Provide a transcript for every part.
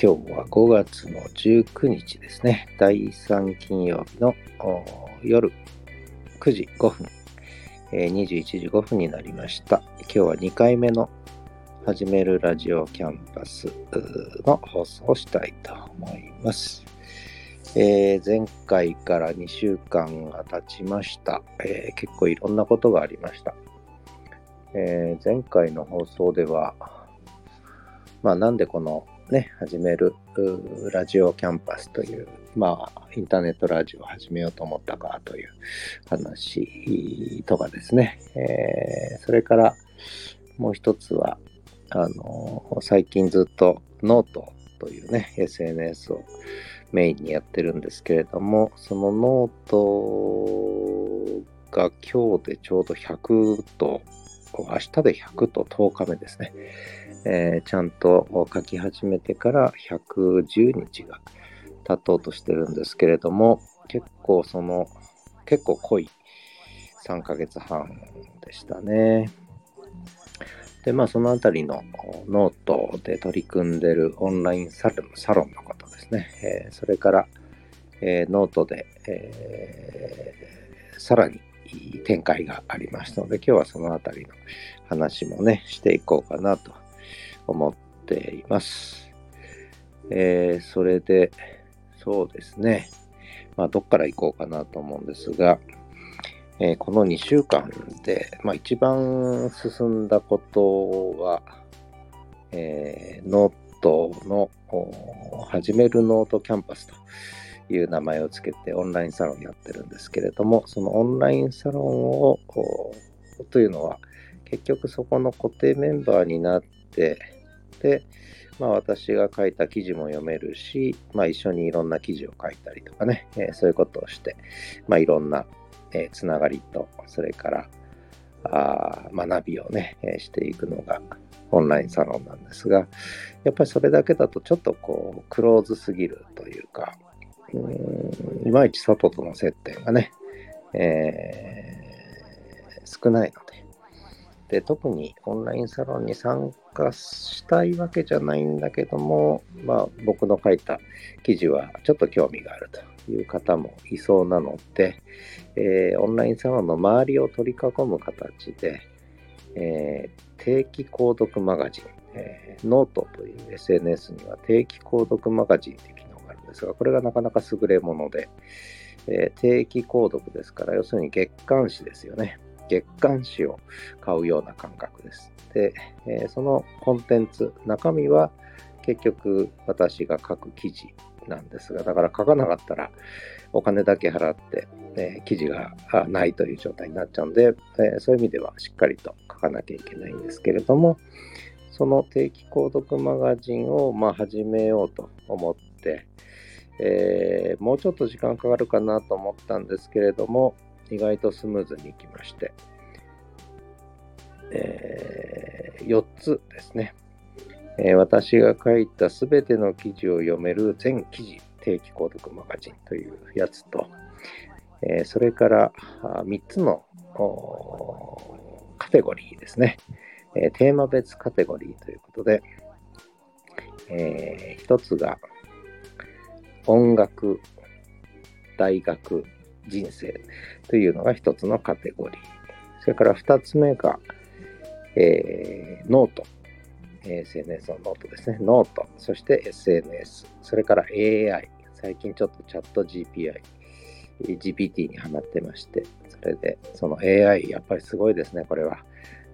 今日は5月の19日ですね。第3金曜日の夜9時5分、21時5分になりました。今日は2回目の始めるラジオキャンパスの放送をしたいと思います。前回から2週間が経ちました。結構いろんなことがありました。前回の放送では、なんでこの始めるラジオキャンパスという、インターネットラジオを始めようと思ったかという話とかですね。それからもう一つは、最近ずっとノートというね、SNS をメインにやってるんですけれども、そのノートが今日でちょうど100と、明日で100と10日目ですね。ちゃんと書き始めてから110日が経とうとしてるんですけれども、結構濃い3ヶ月半でしたね。で、そのあたりのノートで取り組んでるオンラインサロンのことですね。それから、ノートで、さらに展開がありましたので、今日はそのあたりの話もしていこうかなと思っています。それで、そうですね。どっから行こうかなと思うんですが、この2週間で、一番進んだことは、ノートの始めるノートキャンパスという名前をつけてオンラインサロンやってるんですけれども、そのオンラインサロンをというのは結局そこの固定メンバーになって、で、私が書いた記事も読めるし、一緒にいろんな記事を書いたりとかね、そういうことをして、いろんなつながりと、それから学びをしていくのがオンラインサロンなんですが、やっぱりそれだけだとちょっとクローズすぎるというか、いまいち外との接点が少ないので、特にオンラインサロンに参加したいわけじゃないんだけども、僕の書いた記事はちょっと興味があるという方もいそうなので、オンラインサロンの周りを取り囲む形で、定期購読マガジン、ノートという SNS には定期購読マガジンという機能があるんですが、これがなかなか優れもので、定期購読ですから、要するに月刊誌ですよね。月刊誌を買うような感覚です。で、そのコンテンツ、中身は結局私が書く記事なんですが、だから書かなかったらお金だけ払って、記事がないという状態になっちゃうんで、そういう意味ではしっかりと書かなきゃいけないんですけれども、その定期購読マガジンを始めようと思って、もうちょっと時間かかるかなと思ったんですけれども、意外とスムーズにいきまして、4つですね、私が書いたすべての記事を読める全記事定期購読マガジンというやつと、それから3つのカテゴリーですね、テーマ別カテゴリーということで、1つが音楽、大学、人生というのが一つのカテゴリー。それから二つ目が、ノート。SNS のノートですね。ノート。そして SNS。それから AI。最近ちょっとチャット GPT にハマってまして、それでその AI やっぱりすごいですね、これは。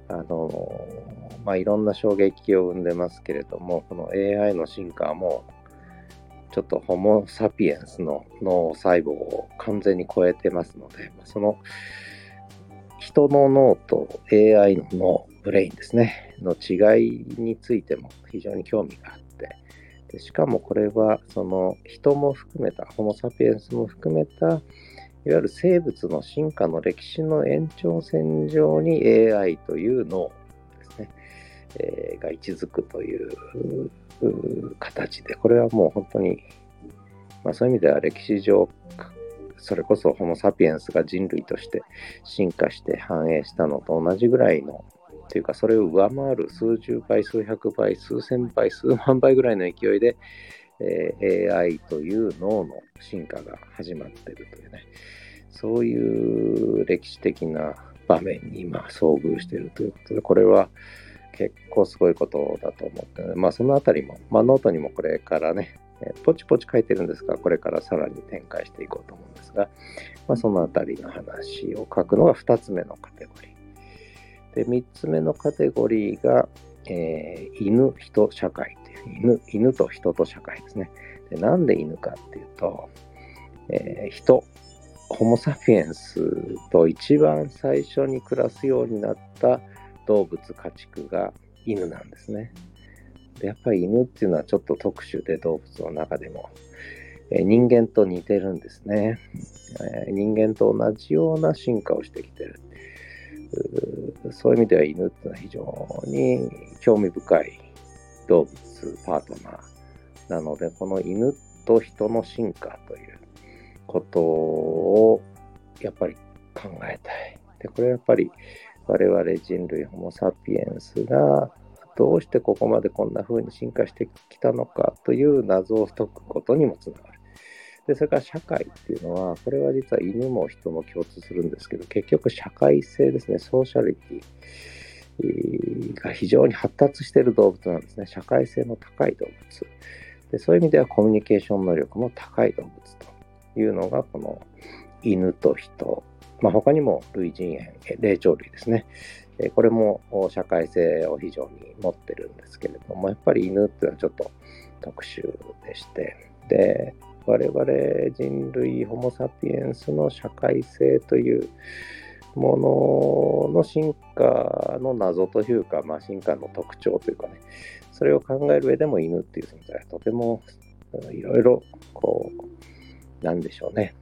いろんな衝撃を生んでますけれども、この AI の進化はもうちょっとホモ・サピエンスの脳細胞を完全に超えてますので、その人の脳と AI の脳、ブレインですね、の違いについても非常に興味があって、でしかもこれはその人も含めた、ホモ・サピエンスも含めた、いわゆる生物の進化の歴史の延長線上に AI という脳ですね、が位置づくという形で、これはもう本当に、そういう意味では歴史上、それこそホモ・サピエンスが人類として進化して繁栄したのと同じぐらいの、というかそれを上回る数十倍、数百倍、数千倍、数万倍ぐらいの勢いで AI という脳の進化が始まっているというね、そういう歴史的な場面に今遭遇しているということで、これは結構すごいことだと思って、そのあたりも、ノートにもこれからね、ポチポチ書いてるんですが、これからさらに展開していこうと思うんですが、そのあたりの話を書くのが2つ目のカテゴリー。で、3つ目のカテゴリーが、犬、人、社会という、犬と人と社会ですね。で、なんで犬かっていうと、人、ホモ・サピエンスと一番最初に暮らすようになった動物家畜が犬なんですね。で、やっぱり犬っていうのはちょっと特殊で、動物の中でも、人間と似てるんですね。人間と同じような進化をしてきてる。そういう意味では犬っていうのは非常に興味深い動物パートナーなので、この犬と人の進化ということをやっぱり考えたい。で、これはやっぱり我々人類ホモ・サピエンスがどうしてここまでこんな風に進化してきたのかという謎を解くことにもつながる。で、それから社会っていうのは、これは実は犬も人も共通するんですけど、結局社会性ですね、ソーシャリティが非常に発達している動物なんですね。社会性の高い動物。で、そういう意味ではコミュニケーション能力も高い動物というのが、この犬と人。他にも類人猿、霊長類ですね。これも社会性を非常に持ってるんですけれども、やっぱり犬っていうのはちょっと特殊でして、で、我々人類ホモ・サピエンスの社会性というものの進化の謎というか、進化の特徴というかね、それを考える上でも犬っていう存在はとてもいろいろなんでしょうね、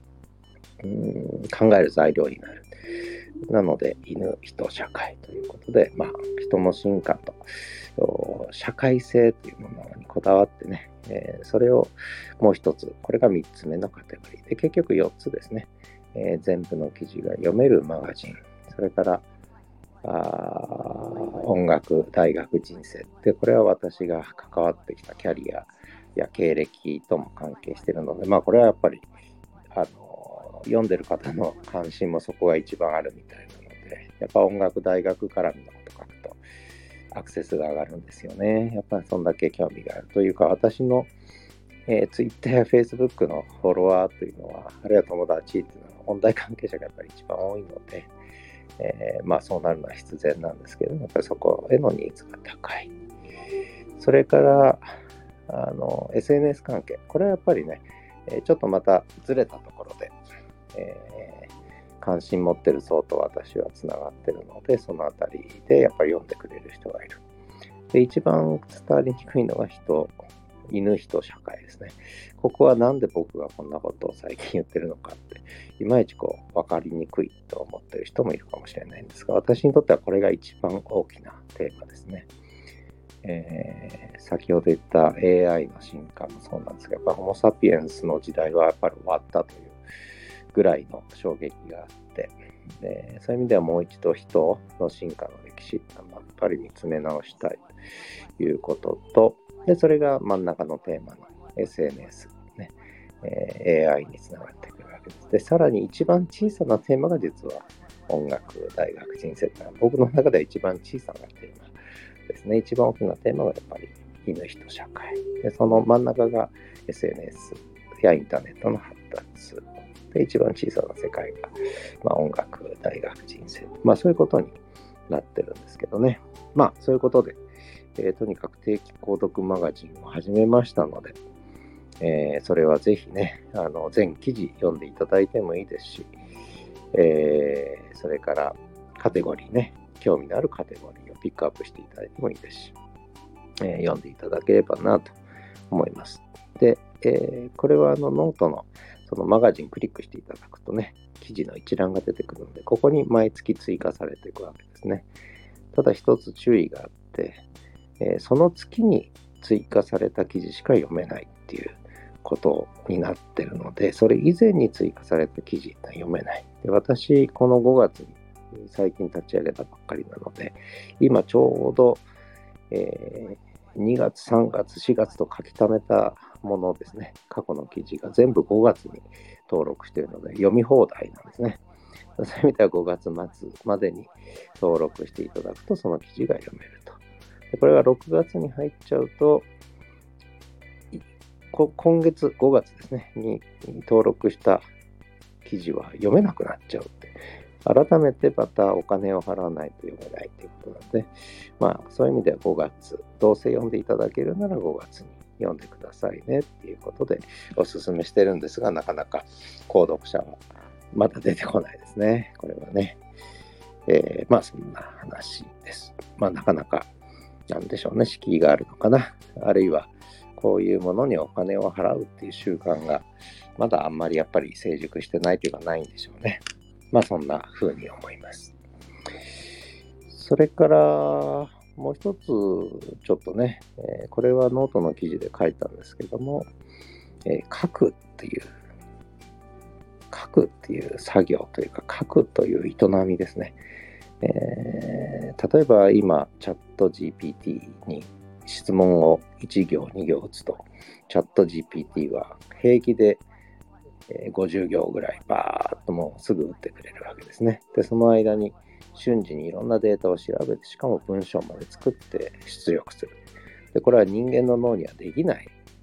考える材料になる。なので、犬、人、社会ということで、人の進化と社会性というものにこだわってね、それをもう一つ、これが3つ目のカテゴリーで、結局4つですね、全部の記事が読めるマガジン、それから音楽、大学人生で、これは私が関わってきたキャリアや経歴とも関係しているので、これはやっぱり読んでる方の関心もそこが一番あるみたいなので、やっぱ音楽大学絡みのこと書くとアクセスが上がるんですよね。やっぱりそんだけ興味があるというか、私の、Twitter や Facebook のフォロワーというのは、あるいは友達っていうのは、音大関係者がやっぱり一番多いので、そうなるのは必然なんですけど、やっぱりそこへのニーズが高い。それから、SNS 関係。これはやっぱりね、ちょっとまたずれたところで、関心持ってる層と私はつながってるので、そのあたりでやっぱり読んでくれる人がいる。で、一番伝わりにくいのが犬、人、社会ですね。ここはなんで僕がこんなことを最近言ってるのかって、いまいち分かりにくいと思ってる人もいるかもしれないんですが、私にとってはこれが一番大きなテーマですね。先ほど言った AI の進化もそうなんですが、やっぱホモ・サピエンスの時代はやっぱり終わったというぐらいの衝撃があって、でそういう意味ではもう一度人の進化の歴史ってやっぱり見つめ直したいということと、でそれが真ん中のテーマの SNS、ねAI につながってくるわけです。で、さらに一番小さなテーマが実は音楽、大学、人生というのは僕の中では一番小さなテーマですね。一番大きなテーマがやっぱり犬、人、社会。で、その真ん中が SNS やインターネットの発達。で、一番小さな世界が、音楽、大学、人生。そういうことになってるんですけどね。そういうことで、とにかく定期購読マガジンを始めましたので、それはぜひね、全記事読んでいただいてもいいですし、それからカテゴリーね、興味のあるカテゴリーをピックアップしていただいてもいいですし、読んでいただければなと思います。で、これはノートのそのマガジンクリックしていただくとね、記事の一覧が出てくるので、ここに毎月追加されていくわけですね。ただ一つ注意があって、その月に追加された記事しか読めないっていうことになってるので、それ以前に追加された記事は読めない。で、私、この5月に最近立ち上げたばっかりなので、今ちょうど、 2月、3月、4月と書き溜めたものですね。過去の記事が全部5月に登録しているので読み放題なんですね。そういう意味では5月末までに登録していただくとその記事が読めると。でこれが6月に入っちゃうと、今月5月ですね、に登録した記事は読めなくなっちゃうって。改めてまたお金を払わないと読めないということなので、そういう意味では5月、どうせ読んでいただけるなら5月に読んでくださいねっていうことでお勧めしてるんですが、なかなか購読者はまだ出てこないですね。これはね。そんな話です。なかなか、なんでしょうね、敷居があるのかな。あるいは、こういうものにお金を払うっていう習慣が、まだあんまりやっぱり成熟してないというかないんでしょうね。そんな風に思います。それから、もう一つ、ちょっとね、これはノートの記事で書いたんですけども、書くっていう作業というか、書くという営みですね。例えば今、チャット GPT に質問を1行2行打つと、チャット GPT は平気で50行ぐらいバーッともうすぐ打ってくれるわけですね。で、その間に瞬時にいろんなデータを調べて、しかも文章まで作って出力する。で、これは人間の脳にはできない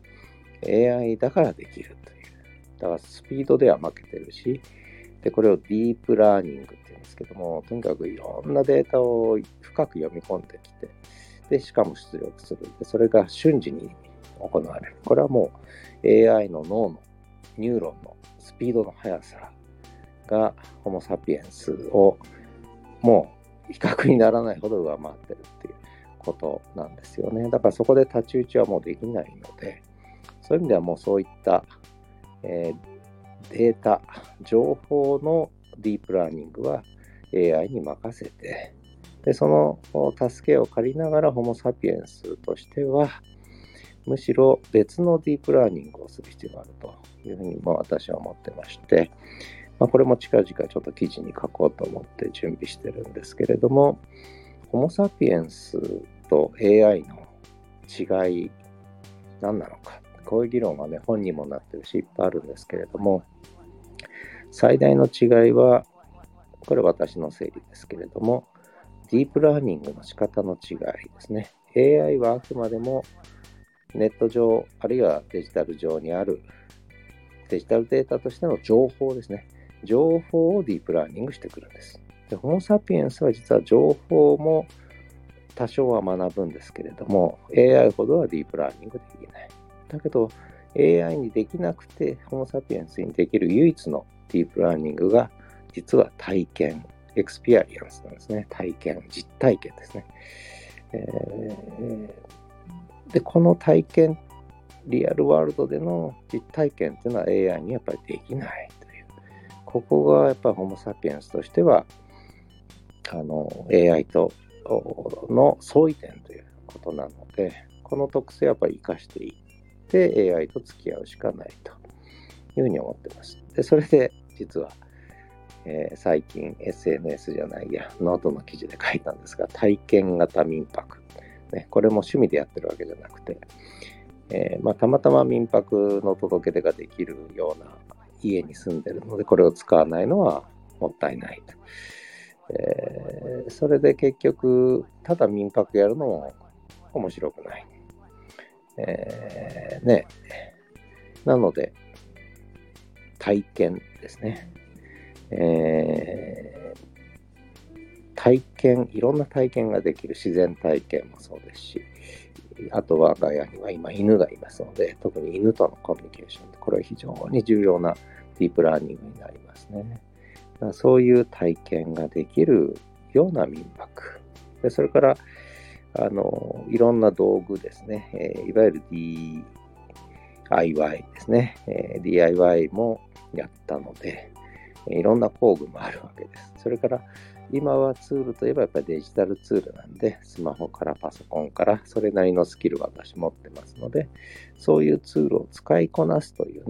。AI だからできるという。だからスピードでは負けてるし、で、これをディープラーニングって言うんですけども、とにかくいろんなデータを深く読み込んできて、で、しかも出力する。で、それが瞬時に行われる。これはもう AI の脳のニューロンのスピードの速さがホモ・サピエンスをもう比較にならないほど上回ってるっていうことなんですよね。だからそこで太刀打ちはもうできないので、そういう意味ではもうそういった、データ、情報のディープラーニングは AI に任せて、でその助けを借りながらホモ・サピエンスとしてはむしろ別のディープラーニングをする必要があるというふうに私は思ってまして、これも近々ちょっと記事に書こうと思って準備してるんですけれども、ホモ・サピエンスと AI の違い何なのか、こういう議論はね本にもなってるしいっぱいあるんですけれども、最大の違いはこれ私の整理ですけれども、ディープラーニングの仕方の違いですね。 AI はあくまでもネット上あるいはデジタル上にあるデジタルデータとしての情報ですね。情報をディープラーニングしてくるんです。で、ホモ・サピエンスは実は情報も多少は学ぶんですけれども、AI ほどはディープラーニングできない。だけど、AI にできなくて、ホモ・サピエンスにできる唯一のディープラーニングが、実は体験、エクスペリエンスなんですね。体験、実体験ですね。で、この体験、リアルワールドでの実体験っていうのは AI にやっぱりできないという。ここがやっぱりホモ・サピエンスとしては、AI との相違点ということなので、この特性をやっぱり生かしていって AI と付き合うしかないというふうに思ってます。で、それで実は、最近 SNS じゃないや、ノートの記事で書いたんですが、体験型民泊。ね、これも趣味でやってるわけじゃなくて、たまたま民泊の届け出ができるような家に住んでるので、これを使わないのはもったいないと。それで結局、ただ民泊やるのも面白くない。なので、体験ですね。いろんな体験ができる自然体験もそうですし、あと我が家には今犬がいますので、特に犬とのコミュニケーションで、これは非常に重要なディープラーニングになりますね。そういう体験ができるような民泊。でそれから、いろんな道具ですね。いわゆる DIY ですね。DIY もやったので、いろんな工具もあるわけです。それから、今はツールといえばやっぱりデジタルツールなんで、スマホからパソコンからそれなりのスキルを私持ってますので、そういうツールを使いこなすというね、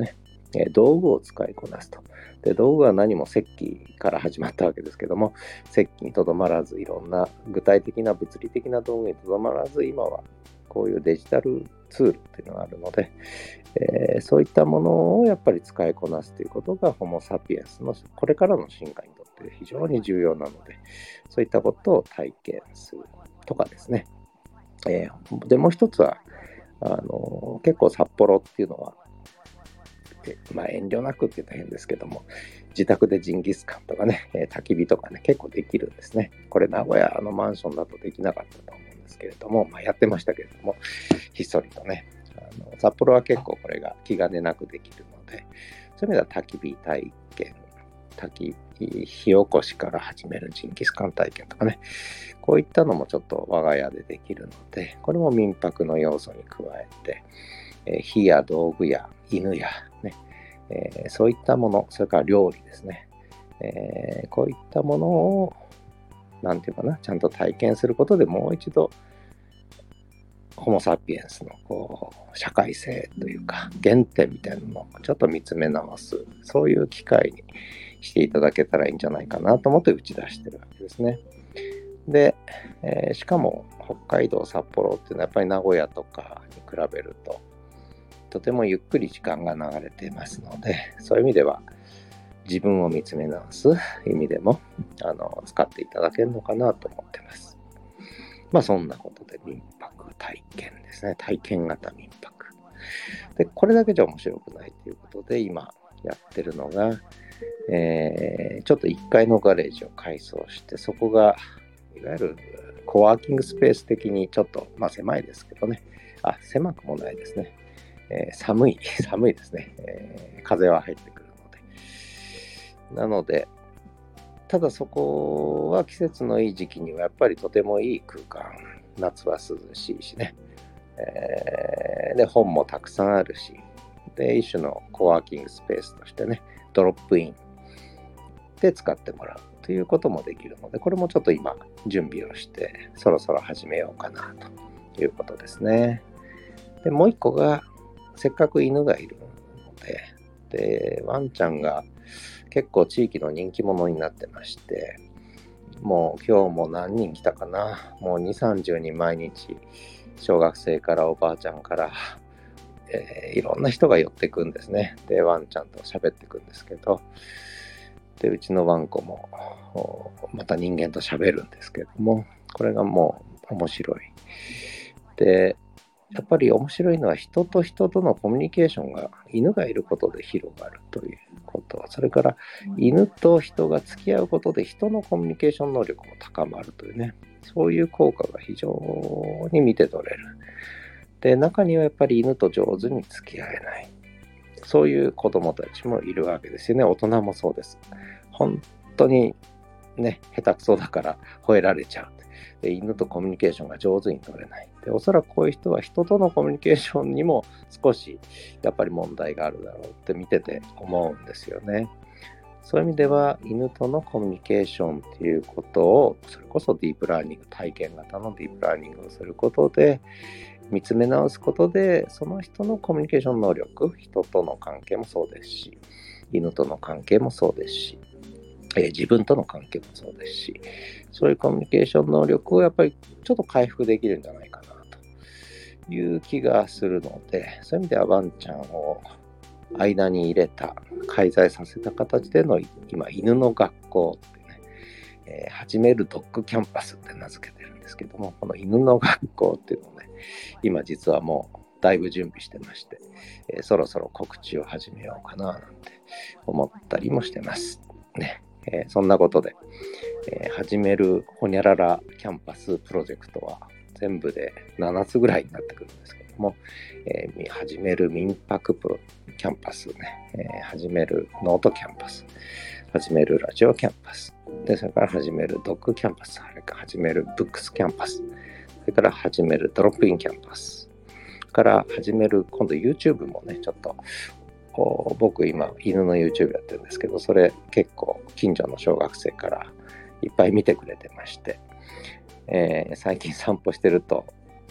道具を使いこなすと。で、道具は何も石器から始まったわけですけども、石器にとどまらず、いろんな具体的な物理的な道具にとどまらず、今はこういうデジタルツールっていうのがあるので、そういったものをやっぱり使いこなすということがホモ・サピエンスのこれからの進化にとって非常に重要なので、そういったことを体験するとかですね。でもう一つは結構札幌っていうのは、遠慮なくって言ったら変ですけども、自宅でジンギスカンとかね、焚き火とかね、結構できるんですね。これ名古屋のマンションだとできなかったと思うんですけれども、やってましたけれども、ひっそりとね、札幌は結構これが気兼ねなくできるので、そういう意味では焚き火体験、火起こしから始めるジンギスカン体験とかね、こういったのもちょっと我が家でできるので、これも民泊の要素に加えて、火や道具や犬や、ねそういったもの、それから料理ですね、こういったものをなんていうかな、ちゃんと体験することでもう一度ホモ・サピエンスの社会性というか原点みたいなのをちょっと見つめ直す、そういう機会にしていただけたらいいんじゃないかなと思って打ち出してるわけですね。で、しかも北海道札幌っていうのはやっぱり名古屋とかに比べるととてもゆっくり時間が流れていますので、そういう意味では自分を見つめ直す意味でも使っていただけるのかなと思ってます。そんなことで民泊体験ですね。体験型民泊。で、これだけじゃ面白くないということで、今やってるのが、ちょっと1階のガレージを改装して、そこがいわゆるコワーキングスペース的にちょっと、狭いですけどね。狭くもないですね。寒いですね。風は入ってくるので。なので、ただそこは季節のいい時期にはやっぱりとてもいい空間。夏は涼しいしね。で、本もたくさんあるし。で、一種のコワーキングスペースとしてね、ドロップインで使ってもらうということもできるので、これもちょっと今準備をして、そろそろ始めようかなということですね。で、もう一個が、せっかく犬がいるので、ワンちゃんが結構地域の人気者になってまして、もう今日も何人来たかな、もう2、30人毎日、小学生からおばあちゃんから、いろんな人が寄ってくんですね。で、ワンちゃんと喋ってくんですけど、で、うちのワンコもまた人間と喋るんですけども、これがもう面白い。で、やっぱり面白いのは人と人とのコミュニケーションが犬がいることで広がるということ、それから犬と人が付き合うことで人のコミュニケーション能力も高まるというね、そういう効果が非常に見て取れる。で、中にはやっぱり犬と上手に付き合えない、そういう子供たちもいるわけですよね。大人もそうです。本当にね、下手くそだから吠えられちゃう。で、犬とコミュニケーションが上手に取れない。で、おそらくこういう人は人とのコミュニケーションにも少しやっぱり問題があるだろうって見てて思うんですよね。そういう意味では犬とのコミュニケーションっていうことを、それこそディープラーニング、体験型のディープラーニングをすることで、見つめ直すことで、その人のコミュニケーション能力、人との関係もそうですし、犬との関係もそうですし、自分との関係もそうですし、そういうコミュニケーション能力をやっぱりちょっと回復できるんじゃないかなという気がするので、そういう意味ではワンちゃんを間に入れた、介在させた形での今、犬の学校ってね、始めるドッグキャンパスって名付けてるんですけども、この犬の学校っていうのをね、今実はもうだいぶ準備してまして、そろそろ告知を始めようかななんて思ったりもしてますね。そんなことで、始めるホニャララキャンパスプロジェクトは全部で7つぐらいになってくるんですけども、始める民泊キャンパスね、始めるノートキャンパス、始めるラジオキャンパス、でそれから始めるドッグキャンパス、それから始めるブックスキャンパス、それから始めるドロップインキャンパス、から始める今度 YouTube もね、ちょっと僕今犬の YouTube やってるんですけど、それ結構近所の小学生からいっぱい見てくれてまして、最近散歩してると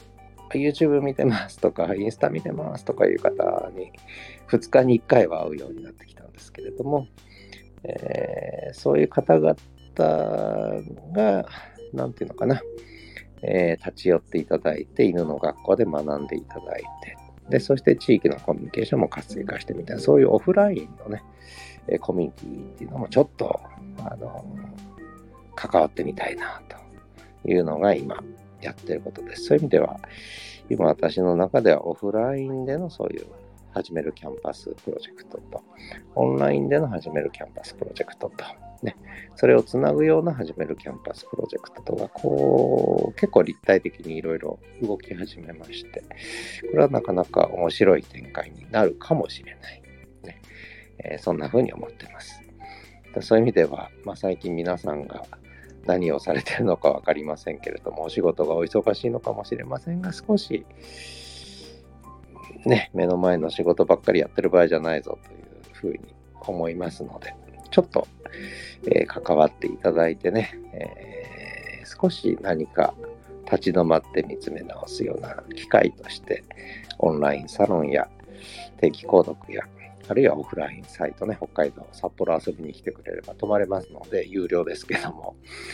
YouTube 見てますとか、インスタ見てますとかいう方に2日に1回は会うようになってきたんですけれども、そういう方々が、なんていうのかな、立ち寄っていただいて、犬の学校で学んでいただいて、で、そして地域のコミュニケーションも活性化してみたいな、そういうオフラインのね、コミュニティっていうのもちょっと、関わってみたいなというのが今やってることです。そういう意味では、今私の中ではオフラインでのそういう始めるキャンパスプロジェクトと、オンラインでの始めるキャンパスプロジェクトと、ね、それをつなぐような始めるキャンパスプロジェクトとが、結構立体的にいろいろ動き始めまして、これはなかなか面白い展開になるかもしれない。ね、そんな風に思っています。そういう意味では、最近皆さんが何をされているのか分かりませんけれども、お仕事がお忙しいのかもしれませんが、少しね、目の前の仕事ばっかりやってる場合じゃないぞというふうに思いますので、ちょっと、関わっていただいてね、少し何か立ち止まって見つめ直すような機会として、オンラインサロンや定期購読や、あるいはオフラインサイトね、北海道、札幌遊びに来てくれれば泊まれますので、有料ですけども、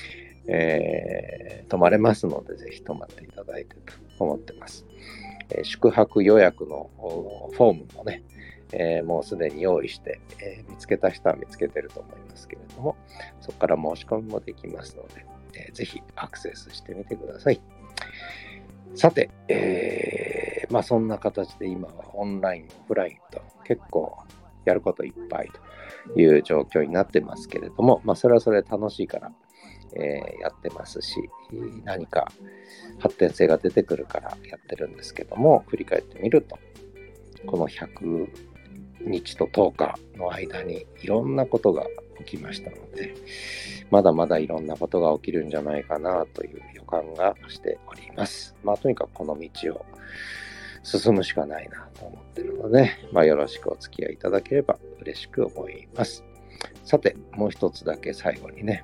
泊まれますので、ぜひ泊まっていただいてと思ってます。宿泊予約のフォームもね、もうすでに用意して、見つけた人は見つけてると思いますけれども、そこから申し込みもできますので、ぜひアクセスしてみてください。さて、そんな形で今はオンライン、オフラインと結構やることいっぱいという状況になってますけれども、それはそれで楽しいから、やってますし、何か発展性が出てくるからやってるんですけども、振り返ってみると、この100日と10日の間にいろんなことが起きましたので、まだまだいろんなことが起きるんじゃないかなという予感がしております。とにかくこの道を進むしかないなと思っているので、よろしくお付き合いいただければ嬉しく思います。さて、もう一つだけ最後にね、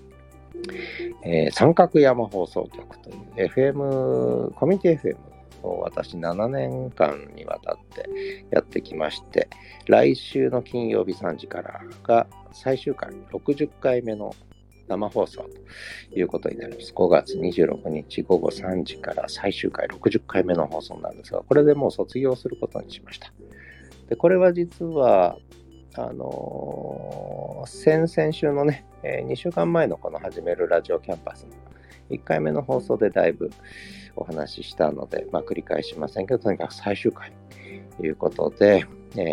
三角山放送局という FM、コミュニティ FM を私7年間にわたってやってきまして、来週の金曜日3時からが最終回、60回目の生放送ということになります。5月26日午後3時から最終回60回目の放送なんですが、これでもう卒業することにしました。で、これは実は先々週のね、2週間前のこの始めるラジオキャンパスの1回目の放送でだいぶお話ししたので、繰り返しませんけど、とにかく最終回ということで、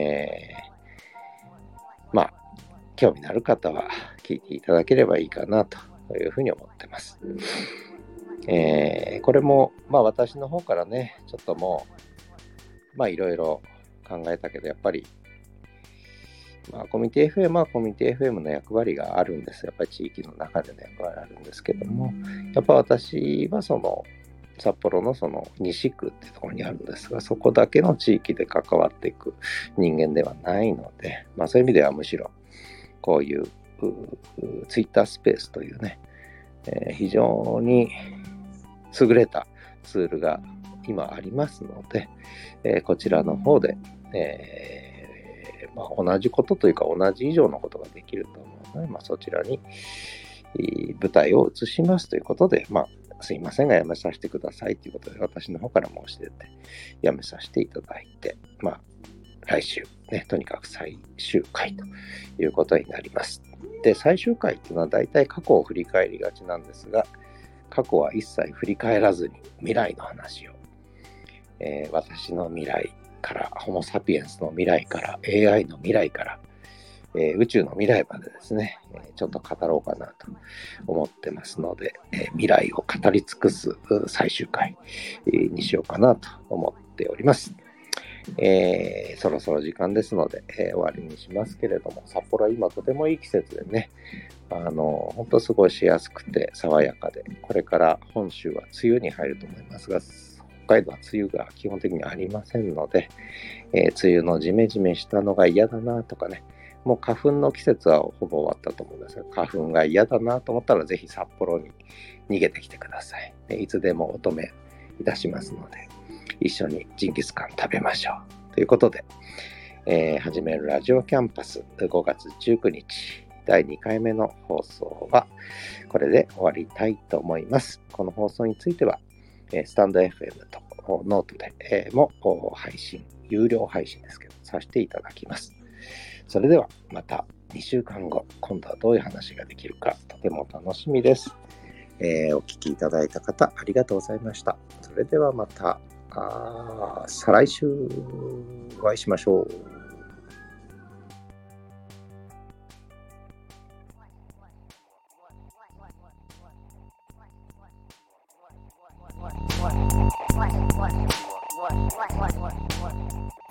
興味のある方は聞いていただければいいかなというふうに思ってます。これも、私の方からね、ちょっともう、いろいろ考えたけど、やっぱりコミュニティ FM はコミュニティ FM の役割があるんです。やっぱり地域の中での役割があるんですけども、やっぱ私は札幌の西区っていうところにあるんですが、そこだけの地域で関わっていく人間ではないので、そういう意味ではむしろこういうツイッタースペースというね、非常に優れたツールが今ありますので、こちらの方で、同じことというか同じ以上のことができると思うので、そちらに舞台を移しますということで、すいませんがやめさせてくださいということで私の方から申し出てやめさせていただいて、来週ね、とにかく最終回ということになります。で、最終回というのは大体過去を振り返りがちなんですが、過去は一切振り返らずに未来の話を、私の未来からホモ・サピエンスの未来から AI の未来から、宇宙の未来までですね、ちょっと語ろうかなと思ってますので、未来を語り尽くす最終回にしようかなと思っております。そろそろ時間ですので、終わりにしますけれども、札幌は今とてもいい季節でね、本当過ごしやすくて爽やかで、これから本州は梅雨に入ると思いますが、北海道は梅雨が基本的にありませんので、梅雨のジメジメしたのが嫌だなとかね、もう花粉の季節はほぼ終わったと思うんですが、花粉が嫌だなと思ったらぜひ札幌に逃げてきてください。いつでもお止めいたしますので、 一緒にジンギスカン食べましょうということで、始めるラジオキャンパス5月19日第2回目の放送はこれで終わりたいと思います。この放送についてはスタンド FM とノートでも配信、有料配信ですけどさせていただきます。それではまた2週間後、今度はどういう話ができるかとても楽しみです。お聞きいただいた方ありがとうございました。それではまた再来週お会いしましょう。What?